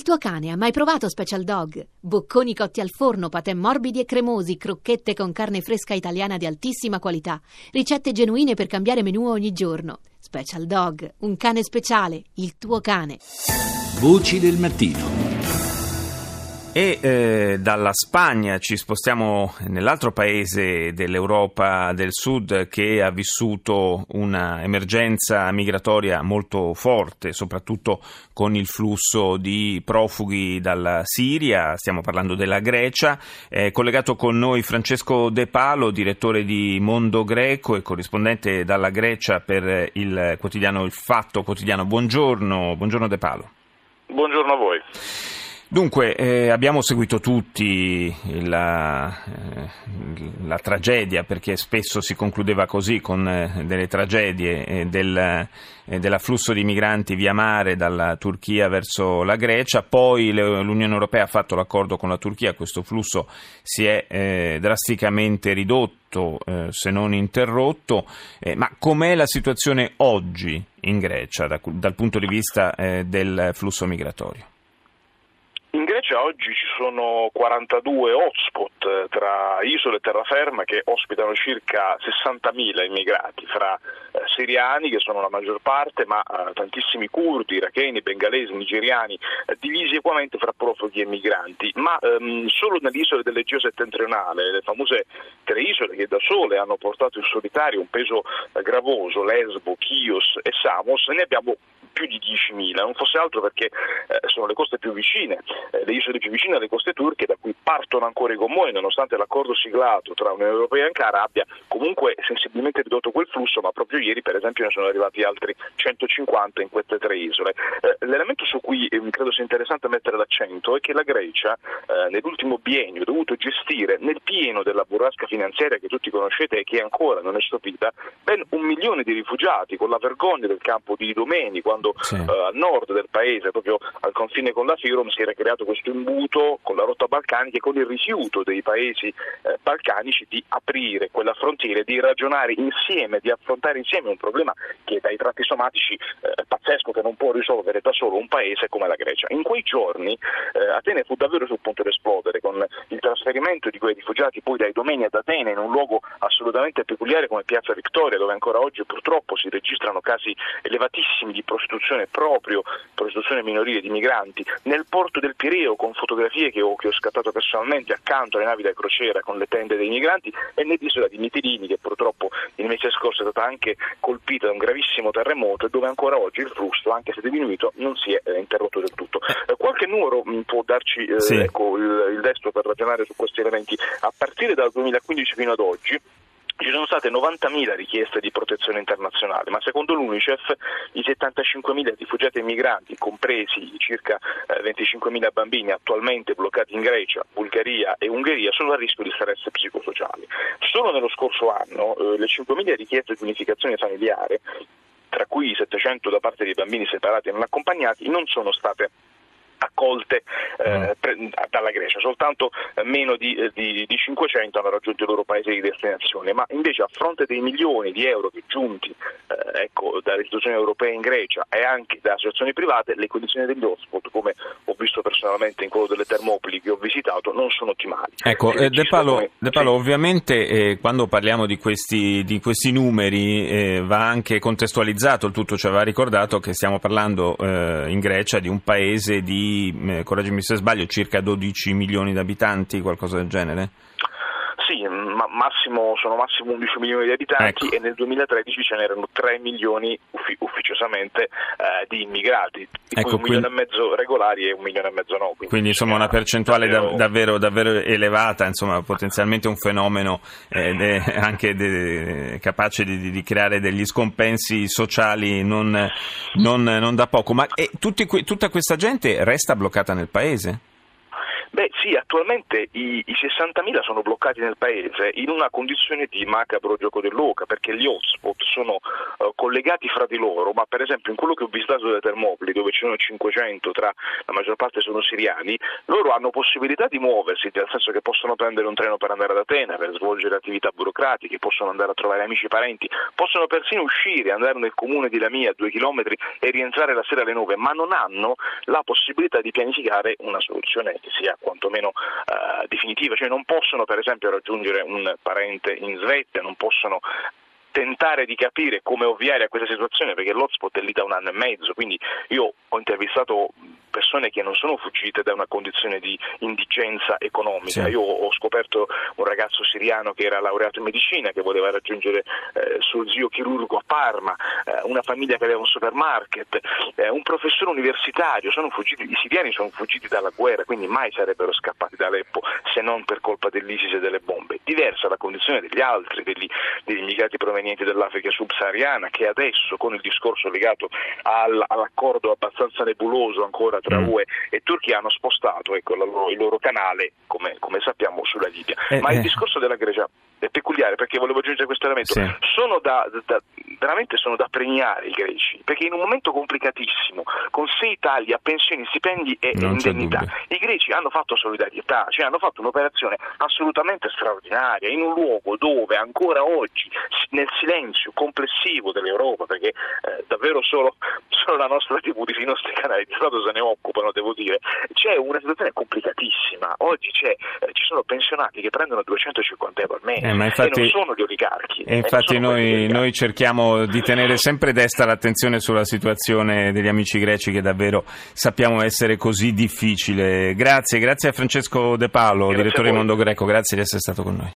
tuo cane ha mai provato Special Dog? Bocconi cotti al forno, patè morbidi e cremosi, crocchette con carne fresca italiana di altissima qualità, ricette genuine per cambiare menù ogni giorno. Special Dog, un cane speciale, il tuo cane. Voci del mattino. E dalla Spagna ci spostiamo nell'altro paese dell'Europa del Sud che ha vissuto una emergenza migratoria molto forte, soprattutto con il flusso di profughi dalla Siria. Stiamo parlando della Grecia. È collegato con noi Francesco De Palo, direttore di Mondo Greco e corrispondente dalla Grecia per il quotidiano Il Fatto Quotidiano. Buongiorno De Palo. Buongiorno a voi. Dunque, abbiamo seguito tutti la tragedia, perché spesso si concludeva così, con delle tragedie dell'afflusso di migranti via mare dalla Turchia verso la Grecia. Poi l'Unione Europea ha fatto l'accordo con la Turchia, questo flusso si è drasticamente ridotto, se non interrotto. Ma com'è la situazione oggi in Grecia dal punto di vista del flusso migratorio? In Grecia oggi ci sono 42 hotspot tra isole e terraferma che ospitano circa 60.000 immigrati, fra siriani, che sono la maggior parte, ma tantissimi curdi, iracheni, bengalesi, nigeriani, divisi equamente fra profughi e migranti. Ma solo nelle isole dell'Egeo settentrionale, le famose tre isole che da sole hanno portato in solitario un peso gravoso, Lesbo, Chios e Samos, ne abbiamo più di 10.000, non fosse altro perché sono le coste più vicine, le isole più vicine alle coste turche, da cui partono ancora i gommoni, nonostante l'accordo siglato tra Unione Europea e Ankara abbia comunque sensibilmente ridotto quel flusso, ma proprio ieri per esempio ne sono arrivati altri 150 in queste tre isole. L'elemento su cui credo sia interessante mettere l'accento è che la Grecia nell'ultimo biennio ha dovuto gestire nel pieno della burrasca finanziaria che tutti conoscete e che ancora non è stopita ben 1 milione di rifugiati, con la vergogna del campo di Idomeni, quando a nord del paese, proprio al confine con la Firom, si era creato questo imbuto con la rotta balcanica e con il rifiuto dei paesi balcanici di aprire quella frontiera, di ragionare insieme, di affrontare insieme un problema che dai tratti somatici pazzesco, che non può risolvere da solo un paese come la Grecia. In quei giorni Atene fu davvero sul punto di esplodere, con il trasferimento di quei rifugiati poi dai Idomeni ad Atene, in un luogo assolutamente peculiare come Piazza Vittoria, dove ancora oggi purtroppo si registrano casi elevatissimi di prostituzione minorile di migranti, nel porto del Pireo, con fotografie che ho scattato personalmente accanto alle navi da crociera con le tende dei migranti, e nell'isola di Mitilini, che purtroppo il mese scorso è stata anche colpita da un gravissimo terremoto e dove ancora oggi il flusso, anche se diminuito, non si è interrotto del tutto. Qualche numero può darci il destro per ragionare su questi elementi. A partire dal 2015 fino ad oggi ci sono state 90.000 richieste di protezione internazionale, ma secondo l'UNICEF i 75.000 rifugiati e migranti, compresi i circa 25.000 bambini attualmente bloccati in Grecia, Bulgaria e Ungheria, sono a rischio di stress psicosociali. Solo nello scorso anno le 5.000 richieste di unificazione familiare, tra cui 700 da parte dei bambini separati e non accompagnati, non sono state accolte dalla Grecia. Soltanto meno di 500 hanno raggiunto i loro paesi di destinazione, ma invece a fronte dei milioni di euro che giunti dalle istituzioni europee in Grecia e anche da associazioni private, le condizioni degli hotspot, come ho visto personalmente in quello delle Termopili che ho visitato, non sono ottimali. Ecco, De Palo, ovviamente quando parliamo di questi numeri va anche contestualizzato il tutto, cioè va ricordato che stiamo parlando in Grecia di un paese di, correggimi se sbaglio, circa 12 milioni di abitanti, qualcosa del genere? Sì, sono massimo 11 milioni di abitanti, ecco. E nel 2013 ce n'erano 3 milioni ufficiosamente di immigrati, di cui 1,5 milioni regolari e 1,5 milioni no. Quindi insomma una percentuale davvero elevata, insomma potenzialmente un fenomeno anche capace di creare degli scompensi sociali non da poco. Ma tutta questa gente resta bloccata nel paese? Beh sì, attualmente i 60.000 sono bloccati nel paese in una condizione di macabro gioco dell'oca, perché gli hotspot sono collegati fra di loro, ma per esempio in quello che ho visitato delle Termopili, dove ci sono 500, la maggior parte sono siriani, loro hanno possibilità di muoversi, nel senso che possono prendere un treno per andare ad Atene, per svolgere attività burocratiche, possono andare a trovare amici e parenti, possono persino uscire, andare nel comune di Lamia a 2 chilometri e rientrare la sera alle 9, ma non hanno la possibilità di pianificare una soluzione che sia quantomeno definitiva, cioè non possono per esempio raggiungere un parente in Svezia, non possono tentare di capire come ovviare a questa situazione, perché l'hotspot è lì da 1 anno e mezzo, quindi io ho intervistato persone che non sono fuggite da una condizione di indigenza economica. Sì. Io ho scoperto un ragazzo siriano che era laureato in medicina, che voleva raggiungere suo zio chirurgo a Parma, una famiglia che aveva un supermarket, un professore universitario. I siriani sono fuggiti dalla guerra, quindi mai sarebbero scappati da Aleppo se non per colpa dell'ISIS e delle bombe. Diversa la condizione degli altri, degli immigrati provenienti dall'Africa subsahariana, che adesso, con il discorso legato all'accordo abbastanza nebuloso ancora tra UE e Turchia, hanno spostato il loro canale, come sappiamo, sulla Libia. Ma il discorso della Grecia è peculiare, perché volevo aggiungere questo elemento. Sì. Veramente sono da premiare i greci, perché in un momento complicatissimo, con 6 tagli a pensioni, stipendi e indennità, i greci hanno fatto solidarietà, cioè hanno fatto un'operazione assolutamente straordinaria in un luogo dove ancora oggi, nel silenzio complessivo dell'Europa, perché davvero solo la nostra TV, i nostri canali di Stato se ne occupano, devo dire, c'è una situazione complicatissima. Oggi ci sono pensionati che prendono 250 euro al mese, ma infatti, e non sono gli oligarchi. E infatti noi cerchiamo di tenere sempre desta l'attenzione sulla situazione degli amici greci, che davvero sappiamo essere così difficile. Grazie a Francesco De Palo, direttore di Mondo Greco, grazie di essere stato con noi.